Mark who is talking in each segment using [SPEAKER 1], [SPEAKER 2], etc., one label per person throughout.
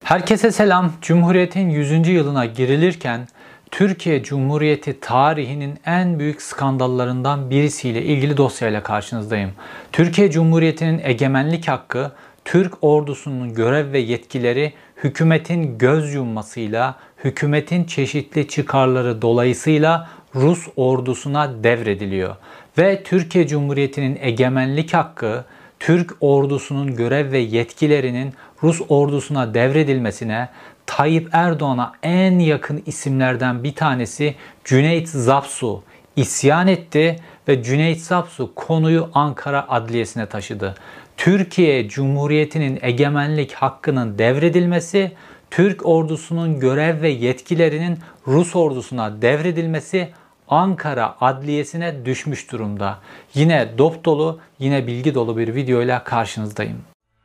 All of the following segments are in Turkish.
[SPEAKER 1] Herkese selam. Cumhuriyet'in 100. yılına girilirken Türkiye Cumhuriyeti tarihinin en büyük skandallarından birisiyle ilgili dosyayla karşınızdayım. Türkiye Cumhuriyeti'nin egemenlik hakkı, Türk ordusunun görev ve yetkileri hükümetin göz yummasıyla, hükümetin çeşitli çıkarları dolayısıyla Rus ordusuna devrediliyor. Ve Türkiye Cumhuriyeti'nin egemenlik hakkı, Türk ordusunun görev ve yetkilerinin Rus ordusuna devredilmesine Tayyip Erdoğan'a en yakın isimlerden bir tanesi Cüneyt Zapsu isyan etti ve Cüneyt Zapsu konuyu Ankara Adliyesi'ne taşıdı. Türkiye Cumhuriyeti'nin egemenlik hakkının devredilmesi, Türk ordusunun görev ve yetkilerinin Rus ordusuna devredilmesi Ankara Adliyesi'ne düşmüş durumda. Yine dop dolu, yine bilgi dolu bir videoyla karşınızdayım.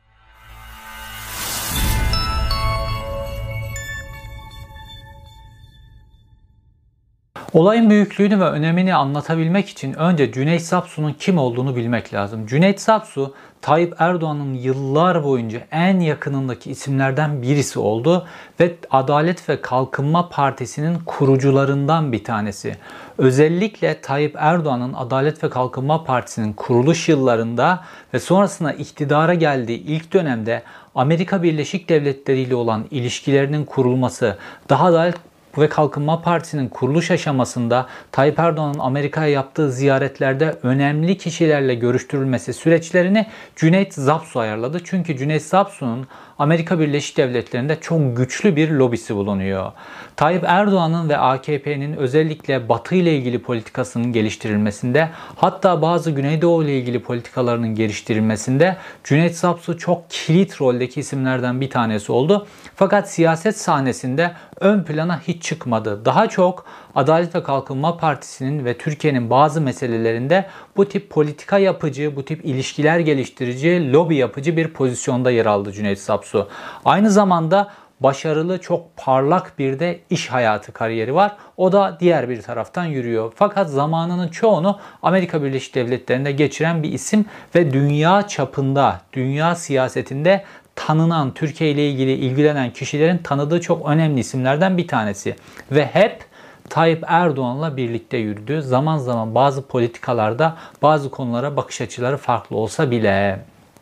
[SPEAKER 1] Olayın büyüklüğünü ve önemini anlatabilmek için önce Cüneyt Zapsu'nun kim olduğunu bilmek lazım. Cüneyt Zapsu, Tayyip Erdoğan'ın yıllar boyunca en yakınındaki isimlerden birisi oldu ve Adalet ve Kalkınma Partisi'nin kurucularından bir tanesi. Özellikle Tayyip Erdoğan'ın Adalet ve Kalkınma Partisi'nin kuruluş yıllarında ve sonrasında iktidara geldiği ilk dönemde Amerika Birleşik Devletleri ile olan ilişkilerinin kurulması, daha Adalet ve Kalkınma Partisi'nin kuruluş aşamasında Tayyip Erdoğan'ın Amerika'ya yaptığı ziyaretlerde önemli kişilerle görüştürülmesi süreçlerini Cüneyt Zapsu ayarladı. Çünkü Cüneyt Zapsu'nun Amerika Birleşik Devletleri'nde çok güçlü bir lobisi bulunuyor. Tayyip Erdoğan'ın ve AKP'nin özellikle Batı ile ilgili politikasının geliştirilmesinde, hatta bazı Güneydoğu ile ilgili politikalarının geliştirilmesinde Cüneyt Zapsu çok kilit roldeki isimlerden bir tanesi oldu. Fakat siyaset sahnesinde ön plana hiç çıkmadı. Daha çok Adalet ve Kalkınma Partisi'nin ve Türkiye'nin bazı meselelerinde bu tip politika yapıcı, bu tip ilişkiler geliştirici, lobi yapıcı bir pozisyonda yer aldı Cüneyt Zapsu. Aynı zamanda başarılı, çok parlak bir de iş hayatı kariyeri var. O da diğer bir taraftan yürüyor. Fakat zamanının çoğunu Amerika Birleşik Devletleri'nde geçiren bir isim ve dünya çapında, dünya siyasetinde tanınan, Türkiye ile ilgili ilgilenen kişilerin tanıdığı çok önemli isimlerden bir tanesi. Ve hep Tayyip Erdoğan'la birlikte yürüdü. Zaman zaman bazı politikalarda bazı konulara bakış açıları farklı olsa bile.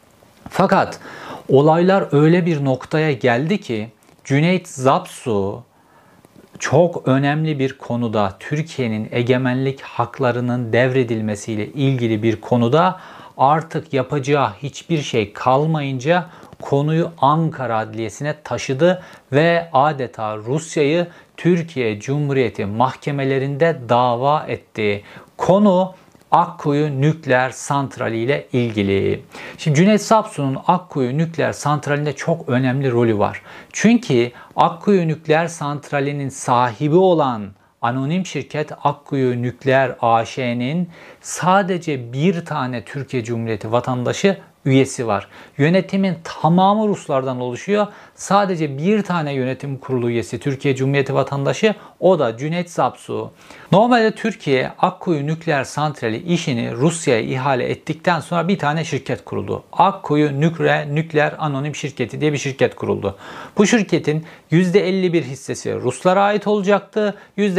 [SPEAKER 1] Fakat olaylar öyle bir noktaya geldi ki Cüneyt Zapsu çok önemli bir konuda, Türkiye'nin egemenlik haklarının devredilmesiyle ilgili bir konuda artık yapacağı hiçbir şey kalmayınca konuyu Ankara Adliyesi'ne taşıdı ve adeta Rusya'yı Türkiye Cumhuriyeti mahkemelerinde dava etti. Konu Akkuyu Nükleer Santrali ile ilgili. Şimdi Cüneyt Zapsu'nun Akkuyu Nükleer Santrali'nde çok önemli rolü var. Çünkü Akkuyu Nükleer Santrali'nin sahibi olan anonim şirket Akkuyu Nükleer AŞ'nin sadece bir tane Türkiye Cumhuriyeti vatandaşı üyesi var. Yönetimin tamamı Ruslardan oluşuyor. Sadece bir tane yönetim kurulu üyesi Türkiye Cumhuriyeti vatandaşı, o da Cüneyt Zapsu. Normalde Türkiye Akkuyu Nükleer Santrali işini Rusya'ya ihale ettikten sonra bir tane şirket kuruldu. Akkuyu Nükleer Anonim Şirketi diye bir şirket kuruldu. Bu şirketin %51 hissesi Ruslara ait olacaktı.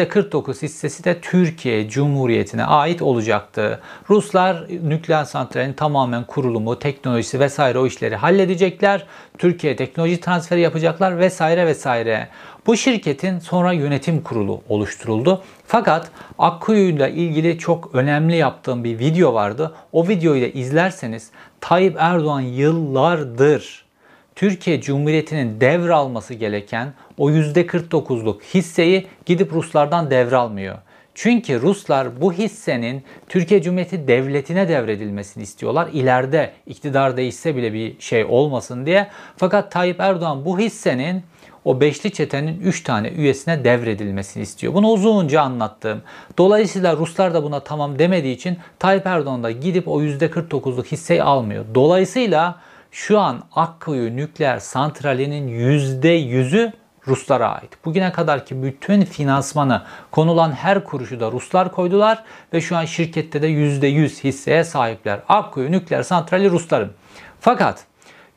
[SPEAKER 1] %49 hissesi de Türkiye Cumhuriyeti'ne ait olacaktı. Ruslar nükleer santralin tamamen kurulumu, teknolojisi vesaire o işleri halledecekler. Türkiye teknoloji transferi yapacaklar vesaire vesaire. Bu şirketin sonra yönetim kurulu oluşturuldu. Fakat Akkuyu ile ilgili çok önemli yaptığım bir video vardı. O videoyu da izlerseniz Tayyip Erdoğan yıllardır Türkiye Cumhuriyeti'nin devralması gereken o %49'luk hisseyi gidip Ruslardan devralmıyor. Çünkü Ruslar bu hissenin Türkiye Cumhuriyeti Devleti'ne devredilmesini istiyorlar. İleride iktidar değişse bile bir şey olmasın diye. Fakat Tayyip Erdoğan bu hissenin o beşli çetenin 3 tane üyesine devredilmesini istiyor. Bunu uzunca anlattım. Dolayısıyla Ruslar da buna tamam demediği için Tayyip Erdoğan da gidip o %49'luk hisseyi almıyor. Dolayısıyla şu an Akkuyu Nükleer Santrali'nin %100'ü Ruslara ait. Bugüne kadarki bütün finansmanı, konulan her kuruşu da Ruslar koydular ve şu an şirkette de %100 hisseye sahipler. Akkuyu Nükleer Santrali Rusların. Fakat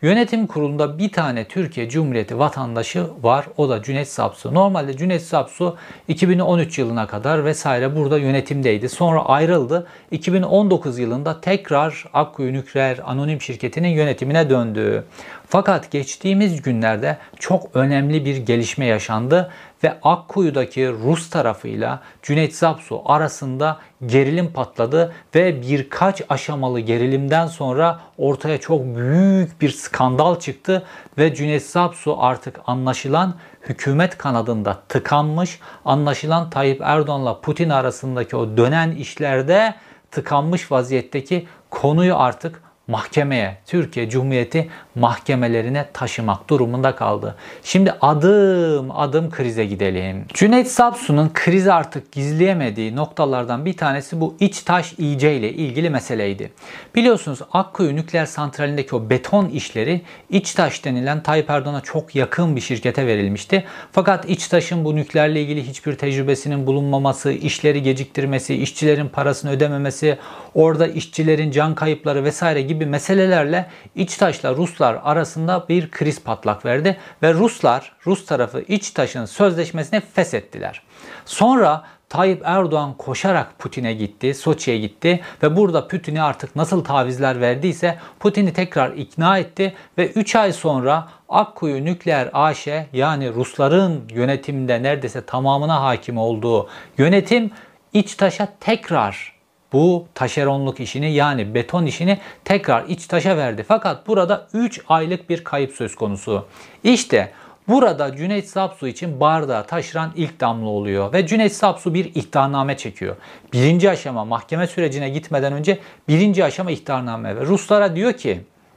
[SPEAKER 1] Yönetim kurulunda bir tane Türkiye Cumhuriyeti vatandaşı var. O da Cüneyt Sapsu. Normalde Cüneyt Sapsu 2013 yılına kadar vesaire burada yönetimdeydi. Sonra ayrıldı. 2019 yılında tekrar Akkuyu Nükleer Anonim Şirketi'nin yönetimine döndü. Fakat geçtiğimiz günlerde çok önemli bir gelişme yaşandı ve Akkuyu'daki Rus tarafıyla Cüneyt Sapsu arasında gerilim patladı ve birkaç aşamalı gerilimden sonra ortaya çok büyük bir skandal çıktı ve Cüneyt Sapsu artık anlaşılan hükümet kanadında tıkanmış, anlaşılan Tayyip Erdoğan'la Putin arasındaki o dönen işlerde tıkanmış vaziyetteki konuyu artık mahkemeye, Türkiye Cumhuriyeti mahkemelerine taşımak durumunda kaldı. Şimdi adım adım krize gidelim. Cüneyt Sapsu'nun krizi artık gizleyemediği noktalardan bir tanesi bu İçtaş İC ile ilgili meseleydi. Biliyorsunuz Akkuyu Nükleer Santrali'ndeki o beton işleri İçtaş denilen Tayyip Erdoğan'a çok yakın bir şirkete verilmişti. Fakat İçtaş'ın bu nükleerle ilgili hiçbir tecrübesinin bulunmaması, işleri geciktirmesi, işçilerin parasını ödememesi, orada işçilerin can kayıpları vesaire gibi meselelerle İçtaş'la Ruslar arasında bir kriz patlak verdi ve Rus tarafı İçtaş'ın sözleşmesini feshettiler. Sonra Tayyip Erdoğan koşarak Putin'e gitti, Soçi'ye gitti ve burada Putin'e artık nasıl tavizler verdiyse Putin'i tekrar ikna etti ve 3 ay sonra Akkuyu Nükleer AŞ yani Rusların yönetiminde neredeyse tamamına hakim olduğu yönetim İçtaş'a tekrar bu taşeronluk işini yani beton işini tekrar İçtaş'a verdi. Fakat burada 3 aylık bir kayıp söz konusu. İşte burada Cüneyt Sapsu için bardağı taşıran ilk damla oluyor ve Cüneyt Sapsu bir ihtarname çekiyor. Birinci aşama mahkeme sürecine gitmeden önce birinci aşama ihtarname ve Ruslara diyor ki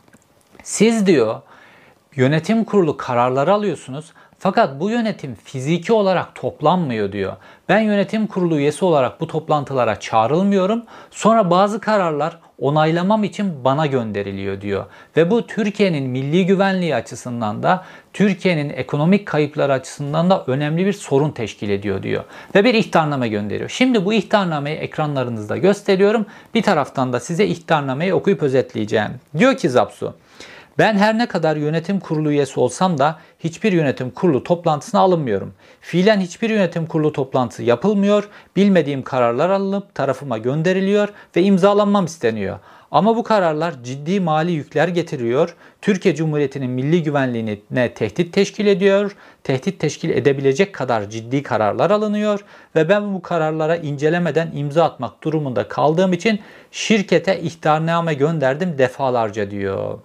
[SPEAKER 1] siz diyor yönetim kurulu kararları alıyorsunuz fakat bu yönetim fiziki olarak toplanmıyor diyor. Ben yönetim kurulu üyesi olarak bu toplantılara çağrılmıyorum. Sonra bazı kararlar onaylamam için bana gönderiliyor diyor. Ve bu Türkiye'nin milli güvenliği açısından da Türkiye'nin ekonomik kayıpları açısından da önemli bir sorun teşkil ediyor diyor. Ve bir ihtarname gönderiyor. Şimdi bu ihtarnameyi ekranlarınızda gösteriyorum. Bir taraftan da size ihtarnameyi okuyup özetleyeceğim. Diyor ki Sapsu, ben her ne kadar yönetim kurulu üyesi olsam da hiçbir yönetim kurulu toplantısına alınmıyorum. Fiilen hiçbir yönetim kurulu toplantısı yapılmıyor, bilmediğim kararlar alınıp tarafıma gönderiliyor ve imzalanmam isteniyor. Ama bu kararlar ciddi mali yükler getiriyor, Türkiye Cumhuriyeti'nin milli güvenliğine tehdit teşkil ediyor, tehdit teşkil edebilecek kadar ciddi kararlar alınıyor ve ben bu kararlara incelemeden imza atmak durumunda kaldığım için şirkete ihtarname gönderdim defalarca diyor.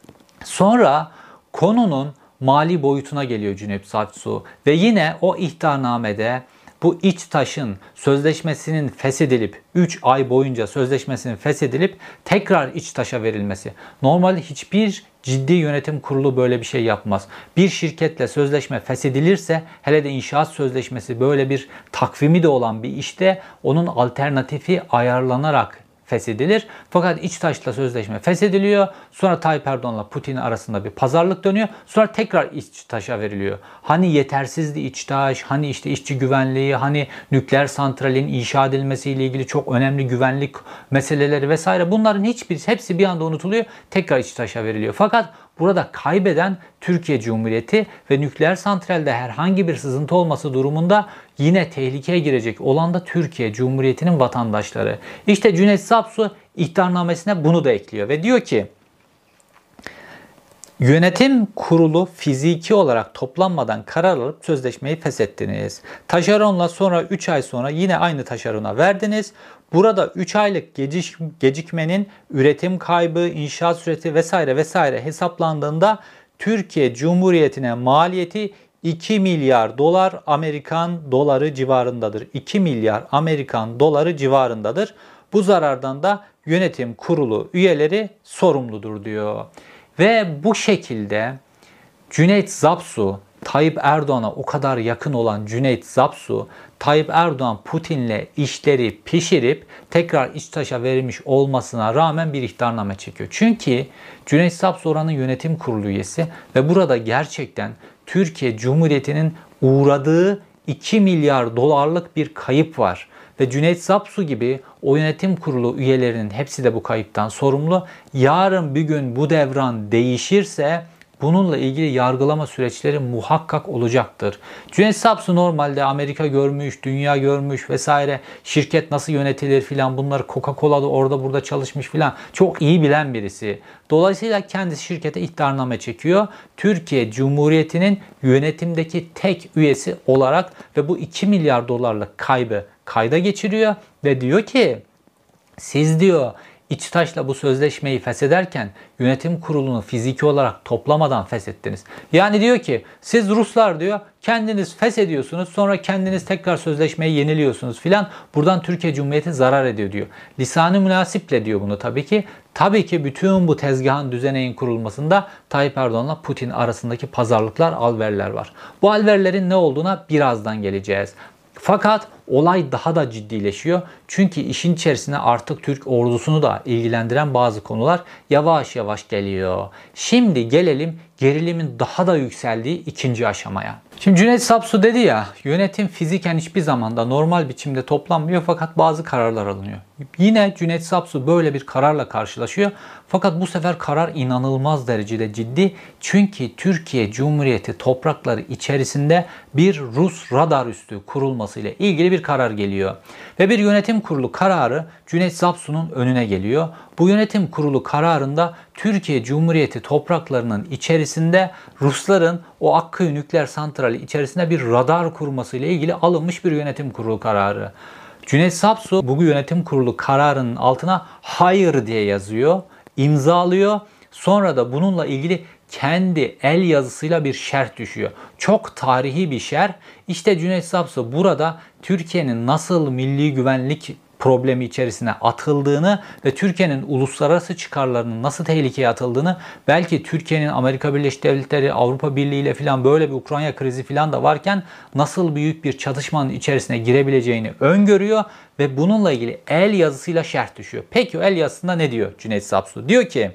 [SPEAKER 1] Sonra konunun mali boyutuna geliyor Cüneyt Sapsu ve yine o ihtarnamede bu İçtaş'ın sözleşmesinin feshedilip 3 ay boyunca sözleşmesinin feshedilip tekrar İçtaş'a verilmesi. Normalde hiçbir ciddi yönetim kurulu böyle bir şey yapmaz. Bir şirketle sözleşme feshedilirse hele de inşaat sözleşmesi böyle bir takvimi de olan bir işte onun alternatifi ayarlanarak feshedilir. Fakat İçtaş'la sözleşme feshediliyor. Sonra Tayyip Erdoğan'la Putin arasında bir pazarlık dönüyor. Sonra tekrar İçtaş'a veriliyor. Hani yetersizdi İçtaş, hani işte işçi güvenliği, hani nükleer santralin inşa edilmesiyle ilgili çok önemli güvenlik meseleleri vesaire. Bunların hepsi bir anda unutuluyor. Tekrar İçtaş'a veriliyor. Fakat burada kaybeden Türkiye Cumhuriyeti ve nükleer santralde herhangi bir sızıntı olması durumunda yine tehlikeye girecek olan da Türkiye Cumhuriyeti'nin vatandaşları. İşte Cüneyt Sapsu ihtarnamesine bunu da ekliyor ve diyor ki yönetim kurulu fiziki olarak toplanmadan karar alıp sözleşmeyi feshettiniz. Taşeronla sonra 3 ay sonra yine aynı taşerona verdiniz. Burada 3 aylık gecikmenin üretim kaybı, inşaat süresi vesaire vesaire hesaplandığında Türkiye Cumhuriyeti'ne maliyeti 2 milyar dolar Amerikan doları civarındadır. 2 milyar Amerikan doları civarındadır. Bu zarardan da yönetim kurulu üyeleri sorumludur diyor. Ve bu şekilde Cüneyt Sapsu, Tayyip Erdoğan'a o kadar yakın olan Cüneyt Sapsu, Tayyip Erdoğan Putin'le işleri pişirip tekrar İçtaş'a verilmiş olmasına rağmen bir ihtarname çekiyor. Çünkü Cüneyt Sapsu oranın yönetim kurulu üyesi ve burada gerçekten Türkiye Cumhuriyeti'nin uğradığı 2 milyar dolarlık bir kayıp var. ve Cüneyt Zapsu gibi o yönetim kurulu üyelerinin hepsi de bu kayıptan sorumlu. Yarın bir gün bu devran değişirse bununla ilgili yargılama süreçleri muhakkak olacaktır. Cüneyt Zapsu normalde Amerika görmüş, dünya görmüş vesaire, şirket nasıl yönetilir filan, bunları Coca-Cola'da orada burada çalışmış filan, çok iyi bilen birisi. Dolayısıyla kendisi şirkete ihtarname çekiyor. Türkiye Cumhuriyeti'nin yönetimdeki tek üyesi olarak ve bu 2 milyar dolarlık kaybı kayda geçiriyor ve diyor ki siz diyor İçtaş'la bu sözleşmeyi feshederken yönetim kurulunu fiziki olarak toplamadan feshettiniz. Yani diyor ki siz Ruslar diyor kendiniz feshediyorsunuz, sonra kendiniz tekrar sözleşmeyi yeniliyorsunuz filan. Buradan Türkiye Cumhuriyeti zarar ediyor diyor. Lisan-ı münasiple diyor bunu tabii ki. Tabii ki bütün bu tezgahın, düzeneğin kurulmasında Tayyip Erdoğan'la Putin arasındaki pazarlıklar, alverler var. Bu alverlerin ne olduğuna birazdan geleceğiz. Fakat olay daha da ciddileşiyor. Çünkü işin içerisine artık Türk ordusunu da ilgilendiren bazı konular yavaş yavaş geliyor. Şimdi gelelim gerilimin daha da yükseldiği ikinci aşamaya. Şimdi Cüneyt Zapsu dedi ya, yönetim fiziken hiçbir zamanda normal biçimde toplanmıyor fakat bazı kararlar alınıyor. Yine Cüneyt Zapsu böyle bir kararla karşılaşıyor. Fakat bu sefer karar inanılmaz derecede ciddi. Çünkü Türkiye Cumhuriyeti toprakları içerisinde bir Rus radar üssü kurulması ile ilgili bir karar geliyor. Ve bir yönetim kurulu kararı Cüneyt Zapsu'nun önüne geliyor. Bu yönetim kurulu kararında Türkiye Cumhuriyeti topraklarının içerisinde Rusların o Akkuyu nükleer santrali içerisinde bir radar kurması ile ilgili alınmış bir yönetim kurulu kararı. Cüneyt Zapsu bu yönetim kurulu kararının altına hayır diye yazıyor, imzalıyor. Sonra da bununla ilgili kendi el yazısıyla bir şerh düşüyor. Çok tarihi bir şerh. İşte Cüneyt Zapsu burada Türkiye'nin nasıl milli güvenlik problemi içerisine atıldığını ve Türkiye'nin uluslararası çıkarlarının nasıl tehlikeye atıldığını, belki Türkiye'nin Amerika Birleşik Devletleri, Avrupa Birliği ile filan böyle bir Ukrayna krizi filan da varken nasıl büyük bir çatışmanın içerisine girebileceğini öngörüyor ve bununla ilgili el yazısıyla şerh düşüyor. Peki o el yazısında ne diyor Cüneyt Zapsu? Diyor ki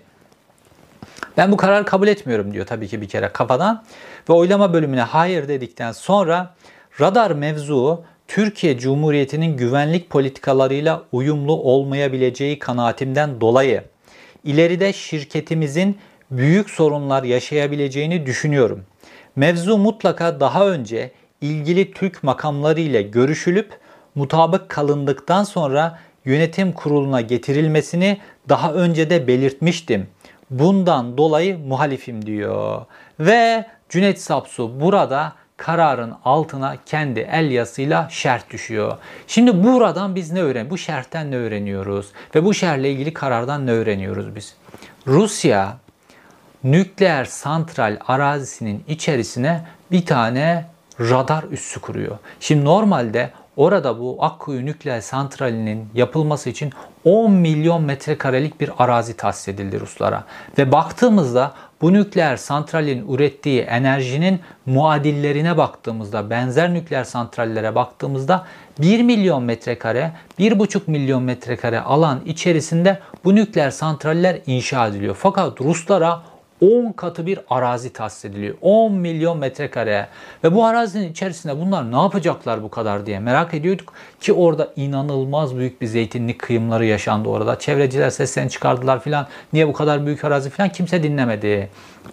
[SPEAKER 1] ben bu kararı kabul etmiyorum diyor tabii ki bir kere kafadan ve oylama bölümüne hayır dedikten sonra radar mevzuu Türkiye Cumhuriyeti'nin güvenlik politikalarıyla uyumlu olmayabileceği kanaatimden dolayı ileride şirketimizin büyük sorunlar yaşayabileceğini düşünüyorum. Mevzu mutlaka daha önce ilgili Türk makamları ile görüşülüp mutabık kalındıktan sonra yönetim kuruluna getirilmesini daha önce de belirtmiştim. Bundan dolayı muhalifim diyor. Ve Cüneyt Zapsu burada kararın altına kendi el yazısıyla şerh düşüyor. Şimdi buradan biz ne öğreniyoruz? Bu şerhten ne öğreniyoruz? Ve bu şerhle ilgili karardan ne öğreniyoruz biz? Rusya nükleer santral arazisinin içerisine bir tane radar üssü kuruyor. Şimdi normalde orada bu Akkuyu nükleer santralinin yapılması için 10 milyon metrekarelik bir arazi tahsis edildi Ruslara. Ve baktığımızda bu nükleer santralin ürettiği enerjinin muadillerine baktığımızda, benzer nükleer santrallere baktığımızda 1 milyon metrekare, 1,5 milyon metrekare alan içerisinde bu nükleer santraller inşa ediliyor. Fakat Ruslara 10 katı bir arazi tahsis ediliyor. 10 milyon metrekare. Ve bu arazinin içerisinde bunlar ne yapacaklar bu kadar diye merak ediyorduk ki orada inanılmaz büyük bir zeytinlik kıyımları yaşandı orada. Çevreciler seslerini çıkardılar filan. Niye bu kadar büyük arazi filan, kimse dinlemedi.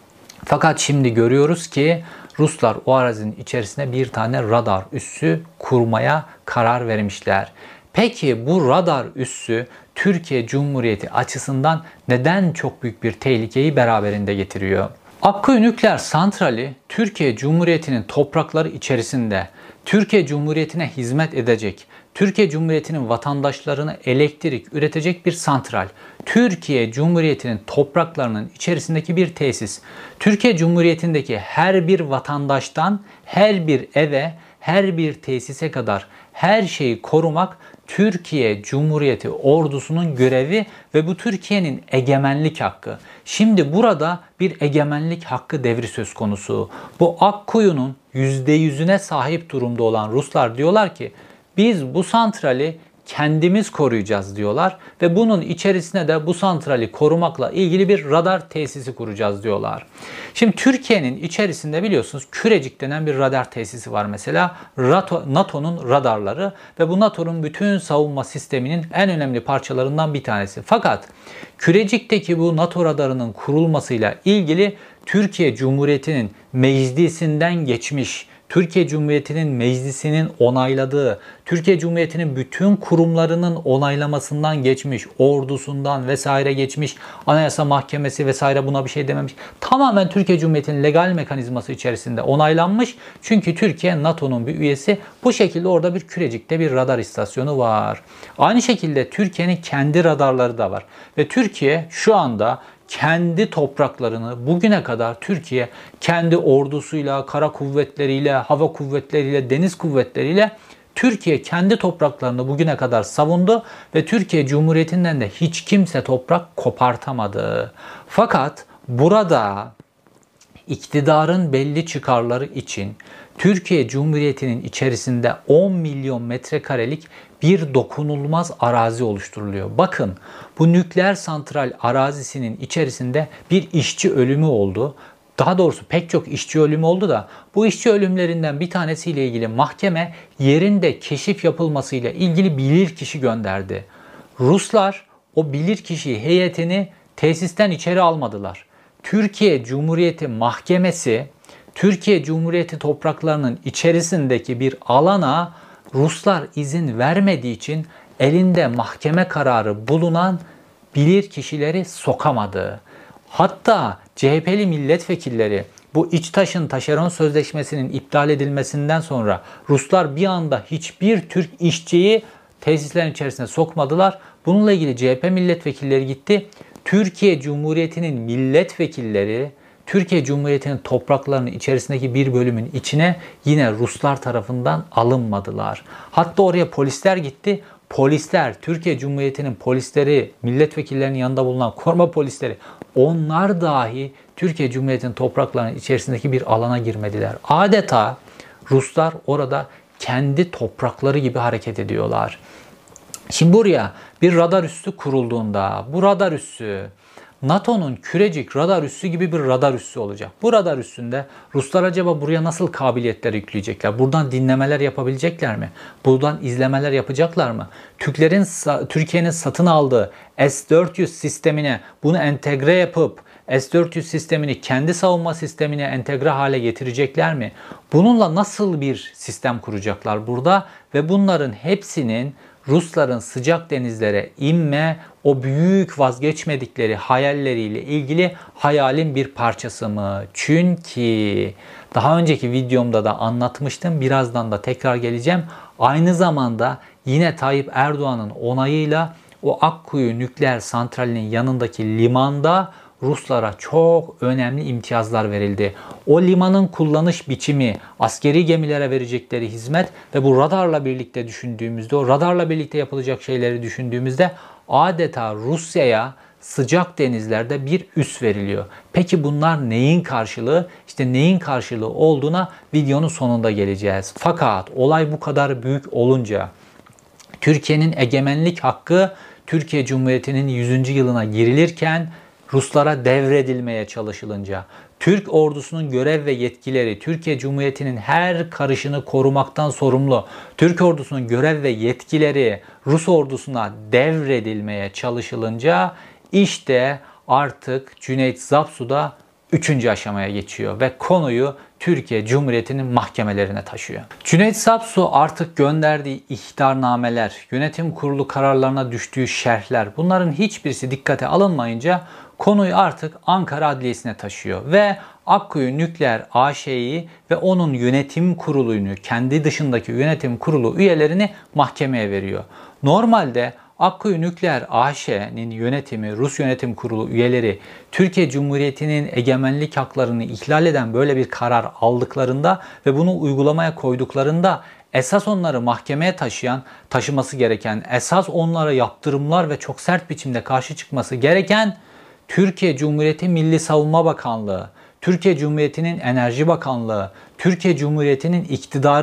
[SPEAKER 1] Fakat şimdi görüyoruz ki Ruslar o arazinin içerisine bir tane radar üssü kurmaya karar vermişler. Peki bu radar üssü Türkiye Cumhuriyeti açısından neden çok büyük bir tehlikeyi beraberinde getiriyor? Akkuyu nükleer santrali Türkiye Cumhuriyeti'nin toprakları içerisinde Türkiye Cumhuriyeti'ne hizmet edecek, Türkiye Cumhuriyeti'nin vatandaşlarına elektrik üretecek bir santral. Türkiye Cumhuriyeti'nin topraklarının içerisindeki bir tesis. Türkiye Cumhuriyeti'ndeki her bir vatandaştan her bir eve, her bir tesise kadar her şeyi korumak Türkiye Cumhuriyeti ordusunun görevi ve bu Türkiye'nin egemenlik hakkı. Şimdi burada bir egemenlik hakkı devri söz konusu. Bu Akkuyu'nun %100'üne sahip durumda olan Ruslar diyorlar ki biz bu santrali kendimiz koruyacağız diyorlar ve bunun içerisine de bu santrali korumakla ilgili bir radar tesisi kuracağız diyorlar. Şimdi Türkiye'nin içerisinde biliyorsunuz Kürecik denen bir radar tesisi var mesela. NATO'nun radarları ve bu NATO'nun bütün savunma sisteminin en önemli parçalarından bir tanesi. Fakat Kürecik'teki bu NATO radarının kurulmasıyla ilgili Türkiye Cumhuriyeti'nin meclisinden geçmiş, Türkiye Cumhuriyeti'nin meclisinin onayladığı, Türkiye Cumhuriyeti'nin bütün kurumlarının onaylamasından geçmiş, ordusundan vesaire geçmiş, Anayasa Mahkemesi vesaire buna bir şey dememiş. Tamamen Türkiye Cumhuriyeti'nin legal mekanizması içerisinde onaylanmış. Çünkü Türkiye NATO'nun bir üyesi. Bu şekilde orada bir Kürecik'te bir radar istasyonu var. Aynı şekilde Türkiye'nin kendi radarları da var. Ve Türkiye şu anda kendi topraklarını bugüne kadar Türkiye kendi ordusuyla, kara kuvvetleriyle, hava kuvvetleriyle, deniz kuvvetleriyle Türkiye kendi topraklarını bugüne kadar savundu ve Türkiye Cumhuriyeti'nden de hiç kimse toprak kopartamadı. Fakat burada iktidarın belli çıkarları için Türkiye Cumhuriyeti'nin içerisinde 10 milyon metrekarelik bir dokunulmaz arazi oluşturuluyor. Bakın bu nükleer santral arazisinin içerisinde bir işçi ölümü oldu. Daha doğrusu pek çok işçi ölümü oldu da bu işçi ölümlerinden bir tanesiyle ilgili mahkeme yerinde keşif yapılmasıyla ilgili bilirkişi gönderdi. Ruslar o bilirkişi heyetini tesisten içeri almadılar. Türkiye Cumhuriyeti Mahkemesi Türkiye Cumhuriyeti topraklarının içerisindeki bir alana Ruslar izin vermediği için elinde mahkeme kararı bulunan bilirkişileri sokamadı. Hatta CHP'li milletvekilleri bu İçtaş'ın taşeron sözleşmesinin iptal edilmesinden sonra Ruslar bir anda hiçbir Türk işçiyi tesislerin içerisine sokmadılar. Bununla ilgili CHP milletvekilleri gitti. Türkiye Cumhuriyeti'nin milletvekilleri Türkiye Cumhuriyeti'nin topraklarının içerisindeki bir bölümün içine yine Ruslar tarafından alınmadılar. Hatta oraya polisler gitti. Polisler, Türkiye Cumhuriyeti'nin polisleri, milletvekillerinin yanında bulunan koruma polisleri, onlar dahi Türkiye Cumhuriyeti'nin topraklarının içerisindeki bir alana girmediler. Adeta Ruslar orada kendi toprakları gibi hareket ediyorlar. Şimdi buraya bir radar üssü kurulduğunda bu radar üssü NATO'nun Kürecik radar üssü gibi bir radar üssü olacak. Bu radar üssünde Ruslar acaba buraya nasıl kabiliyetler yükleyecekler? Buradan dinlemeler yapabilecekler mi? Buradan izlemeler yapacaklar mı? Türkiye'nin satın aldığı S-400 sistemine bunu entegre yapıp S-400 sistemini kendi savunma sistemine entegre hale getirecekler mi? Bununla nasıl bir sistem kuracaklar burada? Ve bunların hepsinin Rusların sıcak denizlere inme, o büyük vazgeçmedikleri hayalleriyle ilgili hayalin bir parçası mı? Çünkü daha önceki videomda da anlatmıştım. Birazdan da tekrar geleceğim. Aynı zamanda yine Tayyip Erdoğan'ın onayıyla o Akkuyu nükleer santralinin yanındaki limanda Ruslara çok önemli imtiyazlar verildi. O limanın kullanış biçimi, askeri gemilere verecekleri hizmet ve bu radarla birlikte düşündüğümüzde, o radarla birlikte yapılacak şeyleri düşündüğümüzde adeta Rusya'ya sıcak denizlerde bir üs veriliyor. Peki bunlar neyin karşılığı? İşte neyin karşılığı olduğuna videonun sonunda geleceğiz. Fakat olay bu kadar büyük olunca Türkiye'nin egemenlik hakkı Türkiye Cumhuriyeti'nin 100. yılına girilirken Ruslara devredilmeye çalışılınca, Türk ordusunun görev ve yetkileri Türkiye Cumhuriyeti'nin her karışını korumaktan sorumlu Türk ordusunun görev ve yetkileri Rus ordusuna devredilmeye çalışılınca işte artık Cüneyt Zapsu da 3. aşamaya geçiyor ve konuyu Türkiye Cumhuriyeti'nin mahkemelerine taşıyor. Cüneyt Zapsu artık gönderdiği ihtarnameler, yönetim kurulu kararlarına düştüğü şerhler bunların hiçbirisi dikkate alınmayınca konuyu artık Ankara Adliyesi'ne taşıyor ve Akkuyu Nükleer AŞ'yi ve onun yönetim kurulunu, kendi dışındaki yönetim kurulu üyelerini mahkemeye veriyor. Normalde Akkuyu Nükleer AŞ'nin yönetimi, Rus Yönetim Kurulu üyeleri Türkiye Cumhuriyeti'nin egemenlik haklarını ihlal eden böyle bir karar aldıklarında ve bunu uygulamaya koyduklarında esas onları mahkemeye taşıması gereken, esas onlara yaptırımlar ve çok sert biçimde karşı çıkması gereken Türkiye Cumhuriyeti Milli Savunma Bakanlığı, Türkiye Cumhuriyeti'nin Enerji Bakanlığı, Türkiye Cumhuriyeti'nin iktidarı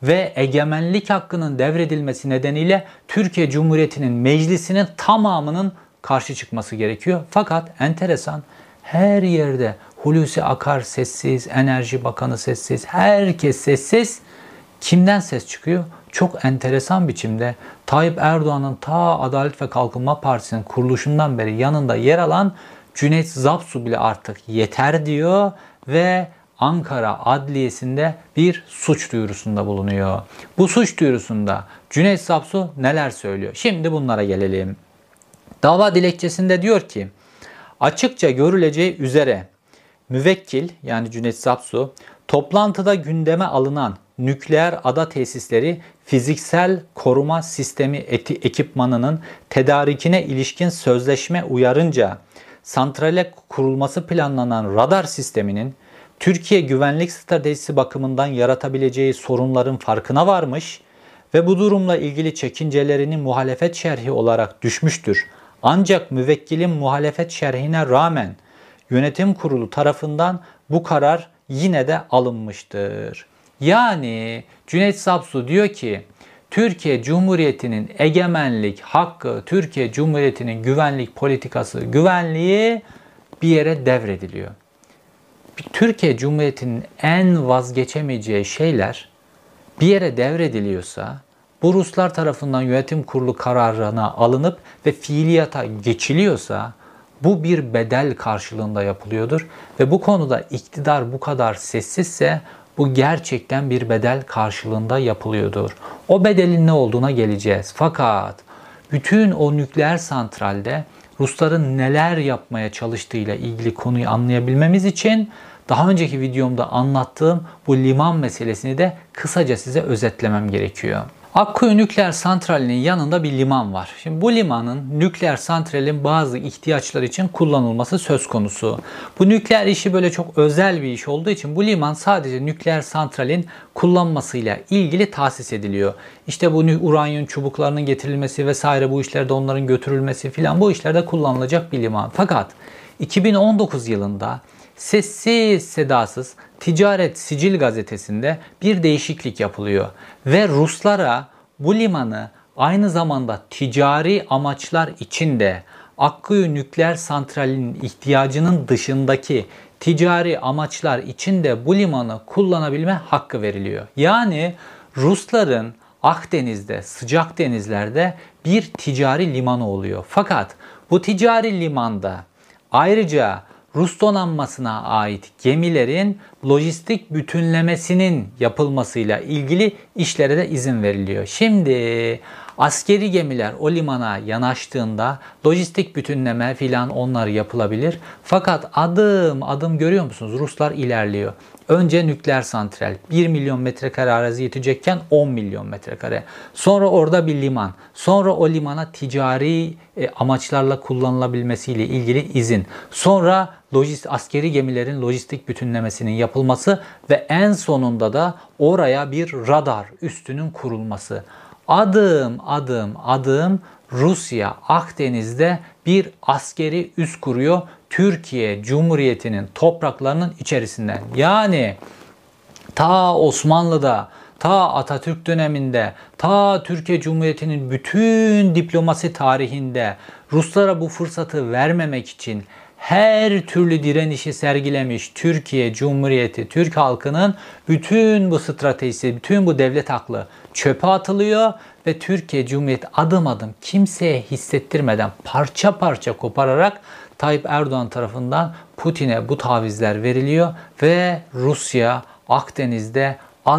[SPEAKER 1] ve egemenlik hakkının devredilmesi nedeniyle Türkiye Cumhuriyeti'nin meclisinin tamamının karşı çıkması gerekiyor. Fakat enteresan, her yerde Hulusi Akar sessiz, Enerji Bakanı sessiz, herkes sessiz. Kimden ses çıkıyor? Çok enteresan biçimde Tayyip Erdoğan'ın ta Adalet ve Kalkınma Partisi'nin kuruluşundan beri yanında yer alan Cüneyt Zapsu bile artık yeter diyor ve Ankara Adliyesi'nde bir suç duyurusunda bulunuyor. Bu suç duyurusunda Cüneyt Zapsu neler söylüyor? Şimdi bunlara gelelim. Dava dilekçesinde diyor ki, açıkça görüleceği üzere müvekkil yani Cüneyt Zapsu toplantıda gündeme alınan nükleer ada tesisleri fiziksel koruma sistemi ekipmanının tedarikine ilişkin sözleşme uyarınca santrale kurulması planlanan radar sisteminin Türkiye güvenlik stratejisi bakımından yaratabileceği sorunların farkına varmış ve bu durumla ilgili çekincelerini muhalefet şerhi olarak düşmüştür. Ancak müvekkilin muhalefet şerhine rağmen yönetim kurulu tarafından bu karar yine de alınmıştır. Yani Cüneyt Zapsu diyor ki Türkiye Cumhuriyeti'nin egemenlik hakkı, Türkiye Cumhuriyeti'nin güvenlik politikası, güvenliği bir yere devrediliyor. Türkiye Cumhuriyeti'nin en vazgeçemeyeceği şeyler bir yere devrediliyorsa, bu Ruslar tarafından yönetim kurulu kararına alınıp ve fiiliyata geçiliyorsa bu bir bedel karşılığında yapılıyordur. Ve bu konuda iktidar bu kadar sessizse bu gerçekten bir bedel karşılığında yapılıyordur. O bedelin ne olduğuna geleceğiz. Fakat bütün o nükleer santralde Rusların neler yapmaya çalıştığıyla ilgili konuyu anlayabilmemiz için daha önceki videomda anlattığım bu liman meselesini de kısaca size özetlemem gerekiyor. Akkuyu Nükleer Santrali'nin yanında bir liman var. Şimdi bu limanın nükleer santralin bazı ihtiyaçlar için kullanılması söz konusu. Bu nükleer işi böyle çok özel bir iş olduğu için bu liman sadece nükleer santralin kullanmasıyla ilgili tahsis ediliyor. İşte bu uranyum çubuklarının getirilmesi vesaire bu işlerde onların götürülmesi filan bu işlerde kullanılacak bir liman. Fakat 2019 yılında sessiz sedasız Ticaret Sicil gazetesinde bir değişiklik yapılıyor ve Ruslara bu limanı aynı zamanda ticari amaçlar için de Akkuyu Nükleer Santrali'nin ihtiyacının dışındaki ticari amaçlar için de bu limanı kullanabilme hakkı veriliyor. Yani Rusların Akdeniz'de, sıcak denizlerde bir ticari limanı oluyor. Fakat bu ticari limanda ayrıca Rus donanmasına ait gemilerin lojistik bütünlemesinin yapılmasıyla ilgili işlere de izin veriliyor. Şimdi askeri gemiler o limana yanaştığında lojistik bütünleme filan onlar yapılabilir. Fakat adım adım görüyor musunuz? Ruslar ilerliyor. Önce nükleer santral 1 milyon metrekare arazi yetecekken 10 milyon metrekare. Sonra orada bir liman. Sonra o limana ticari amaçlarla kullanılabilmesiyle ilgili izin. Sonra askeri gemilerin lojistik bütünlemesinin yapılması ve en sonunda da oraya bir radar üssünün kurulması. Adım adım Rusya Akdeniz'de bir askeri üs kuruyor Türkiye Cumhuriyeti'nin topraklarının içerisinden. Yani ta Osmanlı'da, ta Atatürk döneminde, ta Türkiye Cumhuriyeti'nin bütün diplomasi tarihinde Ruslara bu fırsatı vermemek için her türlü direnişi sergilemiş Türkiye Cumhuriyeti, Türk halkının bütün bu stratejisi, bütün bu devlet aklı çöpe atılıyor ve Türkiye Cumhuriyeti adım adım kimseye hissettirmeden parça parça kopararak Tayyip Erdoğan tarafından Putin'e bu tavizler veriliyor ve Rusya Akdeniz'de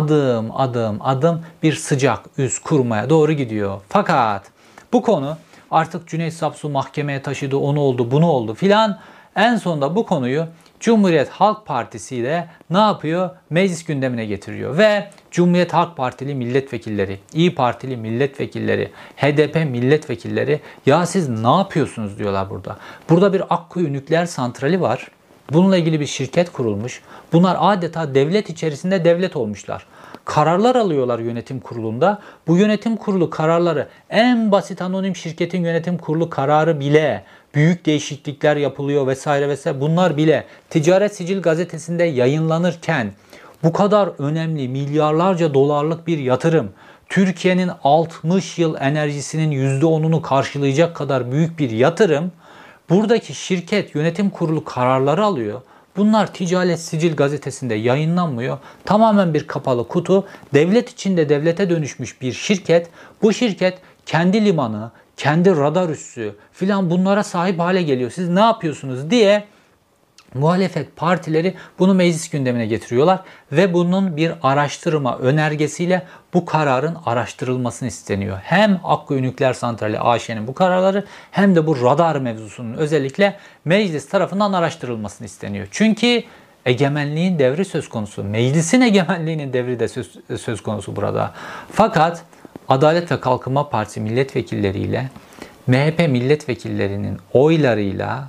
[SPEAKER 1] adım bir sıcak üs kurmaya doğru gidiyor. Fakat bu konu artık Cüneyt Zapsu mahkemeye taşıdı, onu oldu, bunu oldu filan. En sonunda bu konuyu Cumhuriyet Halk Partisi ile ne yapıyor? Meclis gündemine getiriyor ve Cumhuriyet Halk Partili milletvekilleri, İyi Partili milletvekilleri, HDP milletvekilleri ya siz ne yapıyorsunuz diyorlar burada. Burada bir Akkuyu Nükleer Santrali var. Bununla ilgili bir şirket kurulmuş. Bunlar adeta devlet içerisinde devlet olmuşlar. Kararlar alıyorlar yönetim kurulunda. Bu yönetim kurulu kararları en basit anonim şirketin yönetim kurulu kararı bile büyük değişiklikler yapılıyor vesaire vesaire. Bunlar bile Ticaret Sicil gazetesinde yayınlanırken Bu kadar önemli milyarlarca dolarlık bir yatırım, Türkiye'nin 60 yıl enerjisinin %10'unu karşılayacak kadar büyük bir yatırım. Buradaki şirket yönetim kurulu kararları alıyor. Bunlar Ticaret Sicil gazetesinde yayınlanmıyor. Tamamen bir kapalı kutu. Devlet içinde devlete dönüşmüş bir şirket. Bu şirket kendi limanı, kendi radar üssü filan bunlara sahip hale geliyor. Siz ne yapıyorsunuz diye muhalefet partileri bunu meclis gündemine getiriyorlar ve bunun bir araştırma önergesiyle bu kararın araştırılmasını isteniyor. Hem Akkuyu Nükleer Santrali AŞ'nin bu kararları hem de bu radar mevzusunun özellikle meclis tarafından araştırılmasını isteniyor. Çünkü egemenliğin devri söz konusu. Meclisin egemenliğinin devri de söz konusu burada. Fakat Adalet ve Kalkınma Partisi milletvekilleriyle MHP milletvekillerinin oylarıyla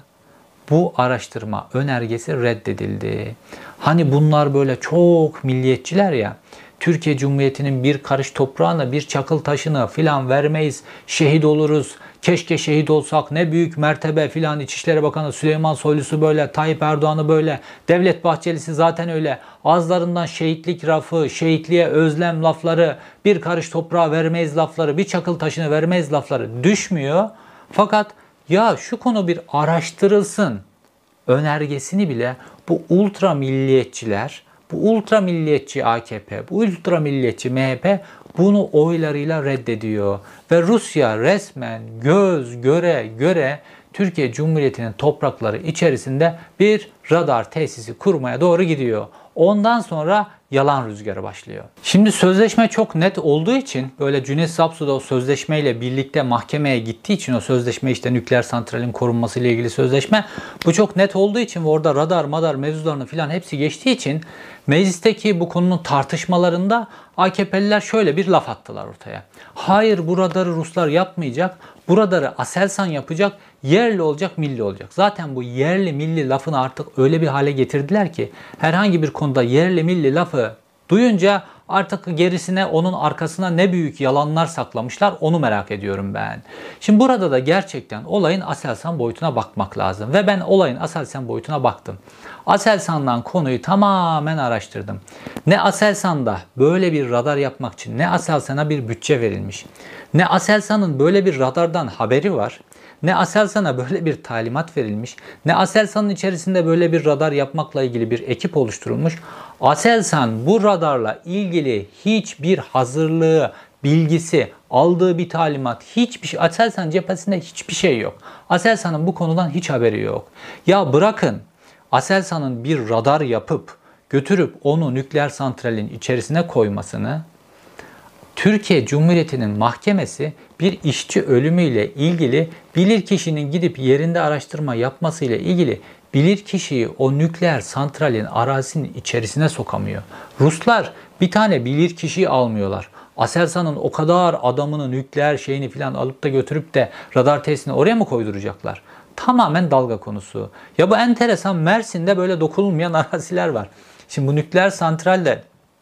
[SPEAKER 1] bu araştırma önergesi reddedildi. Hani bunlar böyle çok milliyetçiler ya. Türkiye Cumhuriyeti'nin bir karış toprağına bir çakıl taşını filan vermeyiz. Şehit oluruz. Keşke şehit olsak ne büyük mertebe filan. İçişleri Bakanı Süleyman Soylusu böyle. Tayyip Erdoğan'ı böyle. Devlet Bahçeli'si zaten öyle. Ağızlarından şehitlik lafı, şehitliğe özlem lafları, bir karış toprağa vermeyiz lafları, bir çakıl taşını vermeyiz lafları düşmüyor. Fakat ya şu konu bir araştırılsın önergesini bile bu ultra milliyetçiler, bu ultra milliyetçi AKP, bu ultra milliyetçi MHP bunu oylarıyla reddediyor. Ve Rusya resmen göz göre göre Türkiye Cumhuriyeti'nin toprakları içerisinde bir radar tesisi kurmaya doğru gidiyor. Ondan sonra yalan rüzgarı başlıyor. Şimdi sözleşme çok net olduğu için böyle Cüneyt Sapsu da o sözleşmeyle birlikte mahkemeye gittiği için o sözleşme işte nükleer santralin korunması ile ilgili sözleşme bu çok net olduğu için ve orada radar madar mevzularını filan hepsi geçtiği için meclisteki bu konunun tartışmalarında AKP'liler şöyle bir laf attılar ortaya. Hayır bu radarı Ruslar yapmayacak. Bu radarı Aselsan yapacak. Yerli olacak, milli olacak. Zaten bu yerli milli lafını artık öyle bir hale getirdiler ki herhangi bir konuda yerli milli lafı duyunca artık gerisine onun arkasına ne büyük yalanlar saklamışlar onu merak ediyorum ben. Şimdi burada da gerçekten olayın Aselsan boyutuna bakmak lazım. Ve ben olayın Aselsan boyutuna baktım. Aselsan'dan konuyu tamamen araştırdım. Ne Aselsan'da böyle bir radar yapmak için ne Aselsan'a bir bütçe verilmiş. Ne Aselsan'ın böyle bir radardan haberi var. Ne Aselsan'a böyle bir talimat verilmiş, ne Aselsan'ın içerisinde böyle bir radar yapmakla ilgili bir ekip oluşturulmuş. Aselsan bu radarla ilgili hiçbir hazırlığı, bilgisi, aldığı bir talimat, hiçbir şey, Aselsan cephesinde hiçbir şey yok. Aselsan'ın bu konudan hiç haberi yok. Ya bırakın Aselsan'ın bir radar yapıp götürüp onu nükleer santralin içerisine koymasını, Türkiye Cumhuriyeti'nin mahkemesi bir işçi ölümüyle ilgili bilirkişinin gidip yerinde araştırma yapmasıyla ilgili bilirkişiyi o nükleer santralin arazisinin içerisine sokamıyor. Ruslar bir tane bilirkişiyi almıyorlar. Aselsan'ın o kadar adamını nükleer şeyini falan alıp da götürüp de radar tesisini oraya mı koyduracaklar? Tamamen dalga konusu. Ya bu enteresan, Mersin'de böyle dokunulmayan araziler var. Şimdi bu nükleer santralde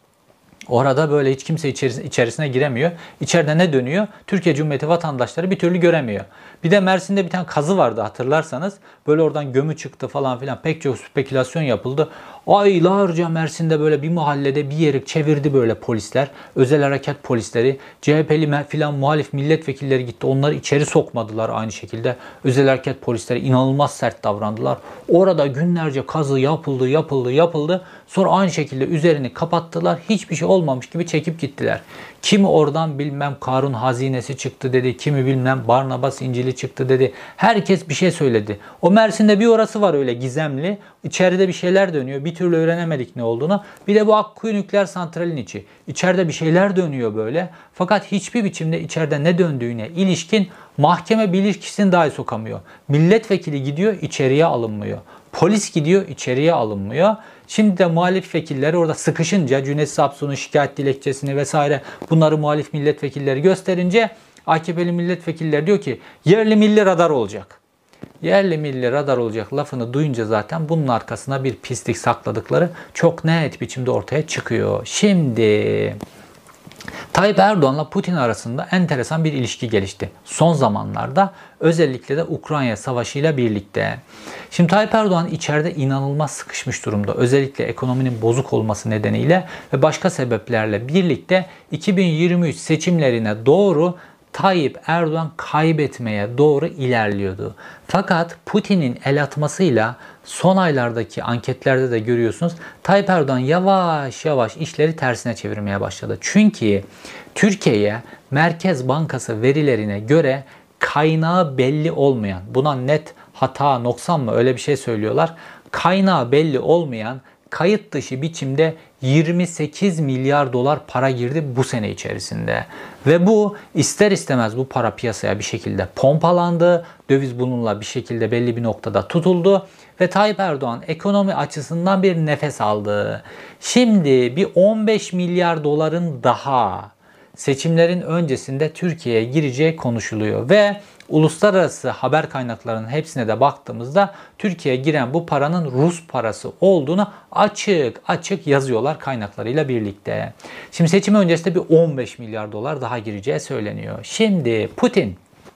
[SPEAKER 1] orada böyle hiç kimse içerisine giremiyor. İçeride ne dönüyor? Türkiye Cumhuriyeti vatandaşları bir türlü göremiyor. Bir de Mersin'de bir tane kazı vardı hatırlarsanız. Böyle oradan gömü çıktı falan filan. Pek çok spekülasyon yapıldı. Aylarca Mersin'de böyle bir mahallede bir yeri çevirdi böyle polisler. Özel harekat polisleri. CHP'li filan muhalif milletvekilleri gitti. Onları içeri sokmadılar aynı şekilde. Özel harekat polisleri inanılmaz sert davrandılar. Orada günlerce kazı yapıldı. Sonra aynı şekilde üzerini kapattılar. Hiçbir şey olmamış gibi çekip gittiler. Kimi oradan bilmem Karun hazinesi çıktı dedi. Kimi bilmem Barnabas İncil'i çıktı dedi. Herkes bir şey söyledi. O Mersin'de bir orası var öyle gizemli. İçeride bir şeyler dönüyor. Bir türlü öğrenemedik ne olduğunu. Bir de bu Akkuyu Nükleer Santral'in içi. İçeride bir şeyler dönüyor böyle. Fakat hiçbir biçimde içeride ne döndüğüne ilişkin mahkeme bilirkişisini dahi sokamıyor. Milletvekili gidiyor, içeriye alınmıyor. Polis gidiyor, içeriye alınmıyor. Şimdi de muhalif vekilleri orada sıkışınca Cüneyt Sapsu'nun şikayet dilekçesini vesaire bunları muhalif milletvekilleri gösterince AKP'li milletvekilleri diyor ki yerli milli radar olacak. Yerli milli radar olacak lafını duyunca zaten bunun arkasına bir pislik sakladıkları çok net biçimde ortaya çıkıyor. Şimdi Tayyip Erdoğan'la Putin arasında enteresan bir ilişki gelişti. Son zamanlarda özellikle de Ukrayna Savaşı ile birlikte. Şimdi Tayyip Erdoğan içeride inanılmaz sıkışmış durumda. Özellikle ekonominin bozuk olması nedeniyle ve başka sebeplerle birlikte 2023 seçimlerine doğru Tayyip Erdoğan kaybetmeye doğru ilerliyordu. Fakat Putin'in el atmasıyla son aylardaki anketlerde de görüyorsunuz Tayyip Erdoğan yavaş yavaş işleri tersine çevirmeye başladı. Çünkü Türkiye'ye Merkez Bankası verilerine göre kaynağı belli olmayan, buna net hata, noksan mı öyle bir şey söylüyorlar. Kaynağı belli olmayan kayıt dışı biçimde 28 milyar dolar para girdi bu sene içerisinde. Ve bu ister istemez bu para piyasaya bir şekilde pompalandı. Döviz bununla bir şekilde belli bir noktada tutuldu. Ve Tayyip Erdoğan ekonomi açısından bir nefes aldı. Şimdi bir 15 milyar doların daha seçimlerin öncesinde Türkiye'ye gireceği konuşuluyor. Ve uluslararası haber kaynaklarının hepsine de baktığımızda Türkiye'ye giren bu paranın Rus parası olduğunu açık açık yazıyorlar kaynaklarıyla birlikte. Şimdi seçim öncesinde bir 15 milyar dolar daha gireceği söyleniyor. Şimdi Putin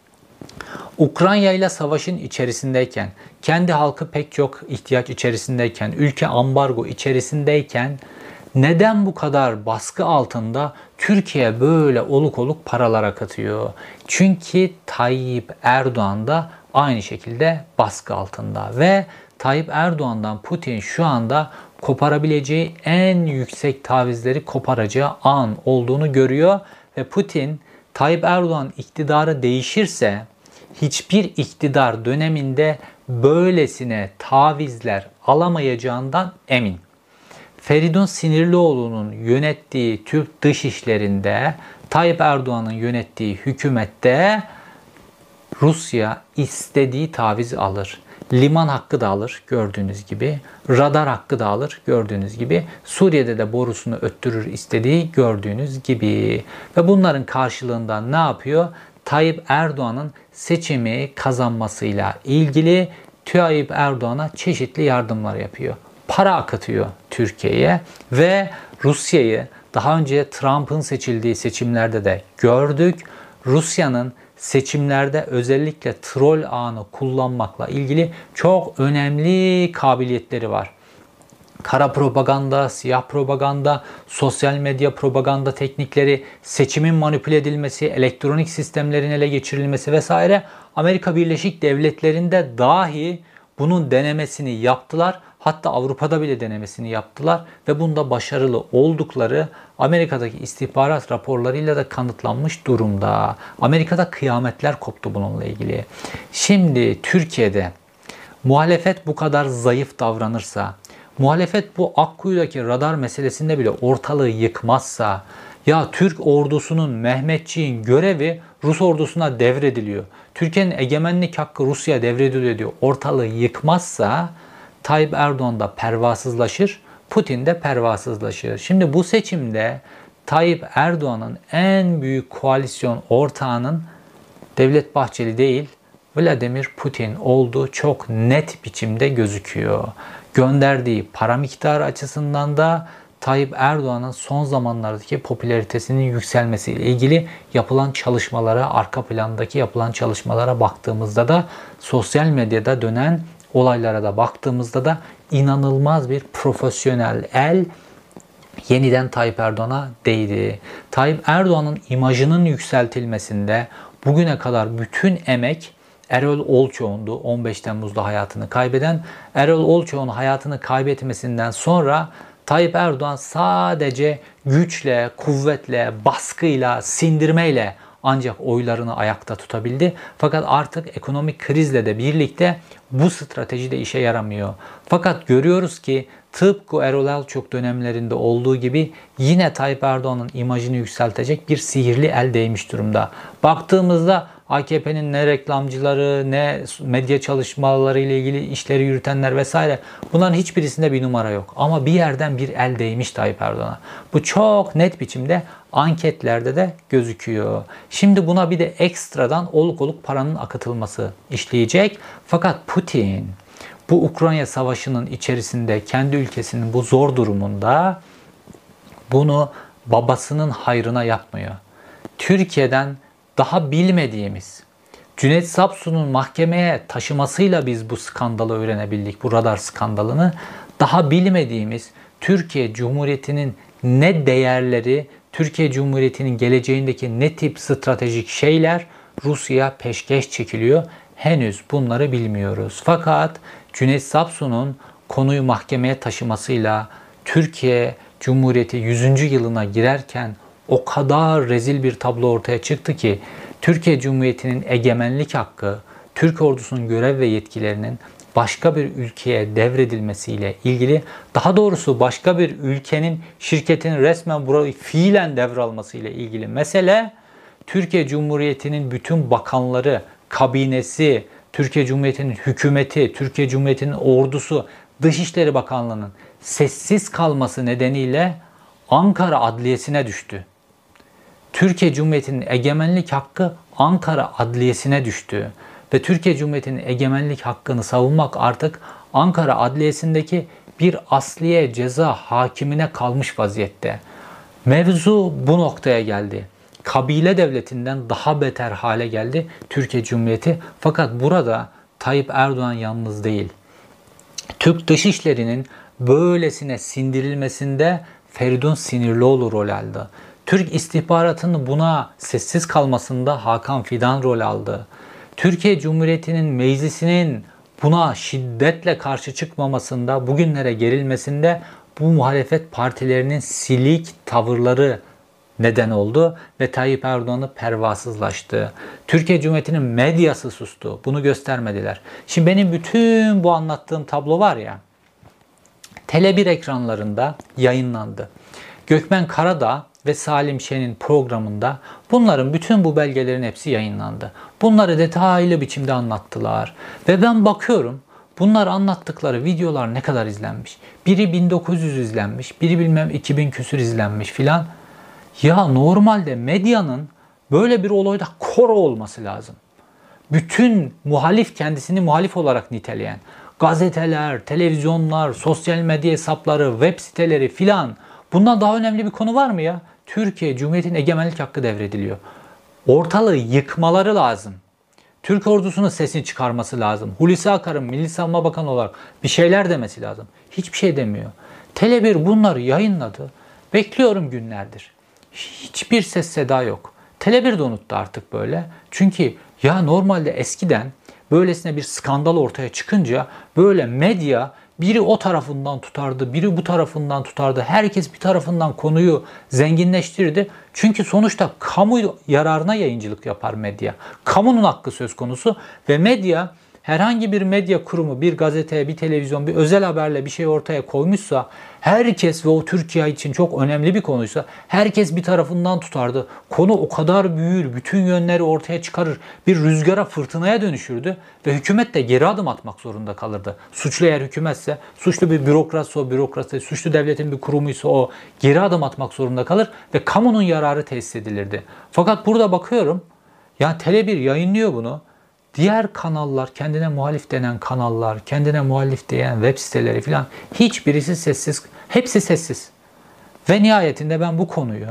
[SPEAKER 1] Ukrayna ile savaşın içerisindeyken, kendi halkı pek çok ihtiyaç içerisindeyken, ülke ambargo içerisindeyken neden bu kadar baskı altında Türkiye böyle oluk oluk paralar akıtıyor? Çünkü Tayyip Erdoğan da aynı şekilde baskı altında ve Tayyip Erdoğan'dan Putin şu anda koparabileceği en yüksek tavizleri koparacağı an olduğunu görüyor ve Putin Tayyip Erdoğan iktidarı değişirse hiçbir iktidar döneminde böylesine tavizler alamayacağından emin. Feridun Sinirlioğlu'nun yönettiği Türk dışişlerinde, Tayyip Erdoğan'ın yönettiği hükümette Rusya istediği tavizi alır. Liman hakkı da alır gördüğünüz gibi. Radar hakkı da alır gördüğünüz gibi. Suriye'de de borusunu öttürür istediği gördüğünüz gibi. Ve bunların karşılığında ne yapıyor? Tayyip Erdoğan'ın seçimi kazanmasıyla ilgili Tayyip Erdoğan'a çeşitli yardımlar yapıyor. Para akıtıyor Türkiye'ye ve Rusya'yı daha önce Trump'ın seçildiği seçimlerde de gördük. Rusya'nın seçimlerde özellikle troll ağını kullanmakla ilgili çok önemli kabiliyetleri var. Kara propaganda, siyah propaganda, sosyal medya propaganda teknikleri, seçimin manipüle edilmesi, elektronik sistemlerin ele geçirilmesi vesaire Amerika Birleşik Devletleri'nde dahi bunun denemesini yaptılar. Hatta Avrupa'da bile denemesini yaptılar ve bunda başarılı oldukları Amerika'daki istihbarat raporlarıyla da kanıtlanmış durumda. Amerika'da kıyametler koptu bununla ilgili. Şimdi Türkiye'de muhalefet bu kadar zayıf davranırsa, muhalefet bu Akkuyu'daki radar meselesinde bile ortalığı yıkmazsa, ya Türk ordusunun Mehmetçiğin görevi Rus ordusuna devrediliyor. Türkiye'nin egemenlik hakkı Rusya'ya devrediliyor diyor. Ortalığı yıkmazsa Tayyip Erdoğan da pervasızlaşır, Putin de pervasızlaşır. Şimdi bu seçimde Tayyip Erdoğan'ın en büyük koalisyon ortağının Devlet Bahçeli değil, Vladimir Putin olduğu çok net biçimde gözüküyor. Gönderdiği para miktarı açısından da Tayyip Erdoğan'ın son zamanlardaki popülaritesinin yükselmesiyle ilgili yapılan çalışmalara, arka plandaki yapılan çalışmalara baktığımızda da sosyal medyada dönen olaylara da baktığımızda da inanılmaz bir profesyonel el yeniden Tayyip Erdoğan'a değdi. Tayyip Erdoğan'ın imajının yükseltilmesinde bugüne kadar bütün emek Erol Olçoğ'undu. 15 Temmuz'da hayatını kaybeden Erol Olçoğ'un hayatını kaybetmesinden sonra Tayyip Erdoğan sadece güçle, kuvvetle, baskıyla, sindirmeyle ancak oylarını ayakta tutabildi. Fakat artık ekonomik krizle de birlikte bu strateji de işe yaramıyor. Fakat görüyoruz ki tıpkı Erol Olçok dönemlerinde olduğu gibi yine Tayyip Erdoğan'ın imajını yükseltecek bir sihirli el değmiş durumda. Baktığımızda AKP'nin ne reklamcıları ne medya çalışmaları ile ilgili işleri yürütenler vesaire bunların hiçbirisinde bir numara yok. Ama bir yerden bir el değmiş Tayyip Erdoğan'a. Bu çok net biçimde anketlerde de gözüküyor. Şimdi buna bir de ekstradan oluk oluk paranın akıtılması işleyecek. Fakat Putin bu Ukrayna Savaşı'nın içerisinde kendi ülkesinin bu zor durumunda bunu babasının hayrına yapmıyor. Türkiye'den daha bilmediğimiz, Cüneyt Sapsu'nun mahkemeye taşımasıyla biz bu skandalı öğrenebildik, bu radar skandalını. Daha bilmediğimiz Türkiye Cumhuriyeti'nin ne değerleri, Türkiye Cumhuriyeti'nin geleceğindeki ne tip stratejik şeyler Rusya'ya peşkeş çekiliyor. Henüz bunları bilmiyoruz. Fakat Cüneyt Sapsu'nun konuyu mahkemeye taşımasıyla Türkiye Cumhuriyeti 100. yılına girerken o kadar rezil bir tablo ortaya çıktı ki Türkiye Cumhuriyeti'nin egemenlik hakkı, Türk ordusunun görev ve yetkilerinin başka bir ülkeye devredilmesiyle ilgili, daha doğrusu başka bir ülkenin şirketinin resmen burayı fiilen devralmasıyla ilgili mesele, Türkiye Cumhuriyeti'nin bütün bakanları, kabinesi, Türkiye Cumhuriyeti'nin hükümeti, Türkiye Cumhuriyeti'nin ordusu, Dışişleri Bakanlığı'nın sessiz kalması nedeniyle Ankara Adliyesi'ne düştü. Türkiye Cumhuriyeti'nin egemenlik hakkı Ankara Adliyesi'ne düştü. Ve Türkiye Cumhuriyeti'nin egemenlik hakkını savunmak artık Ankara Adliyesi'ndeki bir asliye ceza hakimine kalmış vaziyette. Mevzu bu noktaya geldi. Kabile devletinden daha beter hale geldi Türkiye Cumhuriyeti. Fakat burada Tayyip Erdoğan yalnız değil. Türk Dışişleri'nin böylesine sindirilmesinde Feridun Sinirlioğlu rol aldı. Türk istihbaratının buna sessiz kalmasında Hakan Fidan rol aldı. Türkiye Cumhuriyeti'nin meclisinin buna şiddetle karşı çıkmamasında, bugünlere gerilmesinde bu muhalefet partilerinin silik tavırları neden oldu ve Tayyip Erdoğan'ı pervasızlaştı. Türkiye Cumhuriyeti'nin medyası sustu. Bunu göstermediler. Şimdi benim bütün bu anlattığım tablo var ya, Tele1 ekranlarında yayınlandı. Gökmen Karadağ ve Salim Şen'in programında bunların bütün bu belgelerin hepsi yayınlandı. Bunları detaylı biçimde anlattılar. Ve ben bakıyorum bunlar anlattıkları videolar ne kadar izlenmiş. Biri 1900 izlenmiş, biri bilmem 2000 küsür izlenmiş filan. Ya normalde medyanın böyle bir olayda koro olması lazım. Bütün muhalif, kendisini muhalif olarak niteleyen gazeteler, televizyonlar, sosyal medya hesapları, web siteleri filan, bundan daha önemli bir konu var mı ya? Türkiye Cumhuriyeti'nin egemenlik hakkı devrediliyor. Ortalığı yıkmaları lazım. Türk ordusunun sesini çıkarması lazım. Hulusi Akar'ın Milli Savunma Bakanı olarak bir şeyler demesi lazım. Hiçbir şey demiyor. Tele1 bunları yayınladı. Bekliyorum günlerdir. Hiçbir ses seda yok. Tele1 de unuttu artık böyle. Çünkü ya normalde eskiden böylesine bir skandal ortaya çıkınca böyle medya biri o tarafından tutardı, biri bu tarafından tutardı. Herkes bir tarafından konuyu zenginleştirirdi. Çünkü sonuçta kamu yararına yayıncılık yapar medya. Kamunun hakkı söz konusu ve medya herhangi bir medya kurumu, bir gazete, bir televizyon, bir özel haberle bir şey ortaya koymuşsa, herkes ve o Türkiye için çok önemli bir konuysa herkes bir tarafından tutardı. Konu o kadar büyür, bütün yönleri ortaya çıkarır, bir rüzgara, fırtınaya dönüşürdü ve hükümet de geri adım atmak zorunda kalırdı. Suçlu eğer hükümetse, suçlu bir bürokratsa o bürokrasi, suçlu devletin bir kurumuysa o geri adım atmak zorunda kalır ve kamunun yararı tesis edilirdi. Fakat burada bakıyorum, ya Tele1 yayınlıyor bunu. Diğer kanallar, kendine muhalif denen kanallar, kendine muhalif diyen web siteleri falan hiçbirisi sessiz. Hepsi sessiz. Ve nihayetinde ben bu konuyu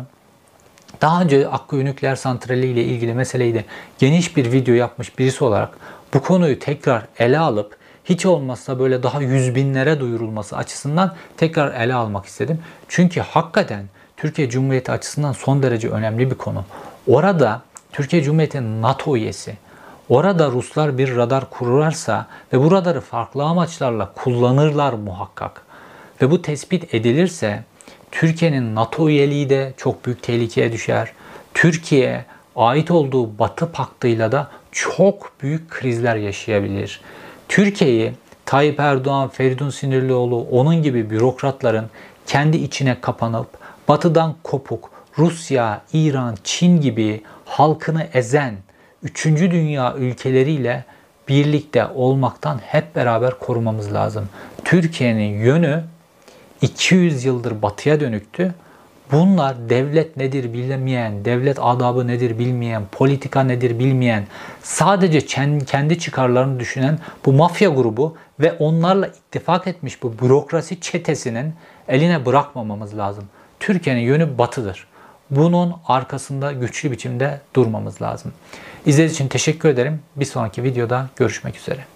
[SPEAKER 1] daha önce Akkuyu Nükleer Santrali ile ilgili meseleyi de geniş bir video yapmış birisi olarak bu konuyu tekrar ele alıp hiç olmazsa böyle daha yüz binlere duyurulması açısından tekrar ele almak istedim. Çünkü hakikaten Türkiye Cumhuriyeti açısından son derece önemli bir konu. Orada Türkiye Cumhuriyeti NATO üyesi. Orada Ruslar bir radar kurarsa ve bu radarı farklı amaçlarla kullanırlar muhakkak ve bu tespit edilirse Türkiye'nin NATO üyeliği de çok büyük tehlikeye düşer. Türkiye ait olduğu Batı paktıyla da çok büyük krizler yaşayabilir. Türkiye'yi Tayyip Erdoğan, Feridun Sinirlioğlu, onun gibi bürokratların kendi içine kapanıp Batı'dan kopuk Rusya, İran, Çin gibi halkını ezen 3. dünya ülkeleriyle birlikte olmaktan hep beraber korumamız lazım. Türkiye'nin yönü 200 yıldır batıya dönüktü. Bunlar devlet nedir bilmeyen, devlet adabı nedir bilmeyen, politika nedir bilmeyen, sadece kendi çıkarlarını düşünen bu mafya grubu ve onlarla ittifak etmiş bu bürokrasi çetesinin eline bırakmamamız lazım. Türkiye'nin yönü batıdır. Bunun arkasında güçlü biçimde durmamız lazım. İzlediğiniz için teşekkür ederim. Bir sonraki videoda görüşmek üzere.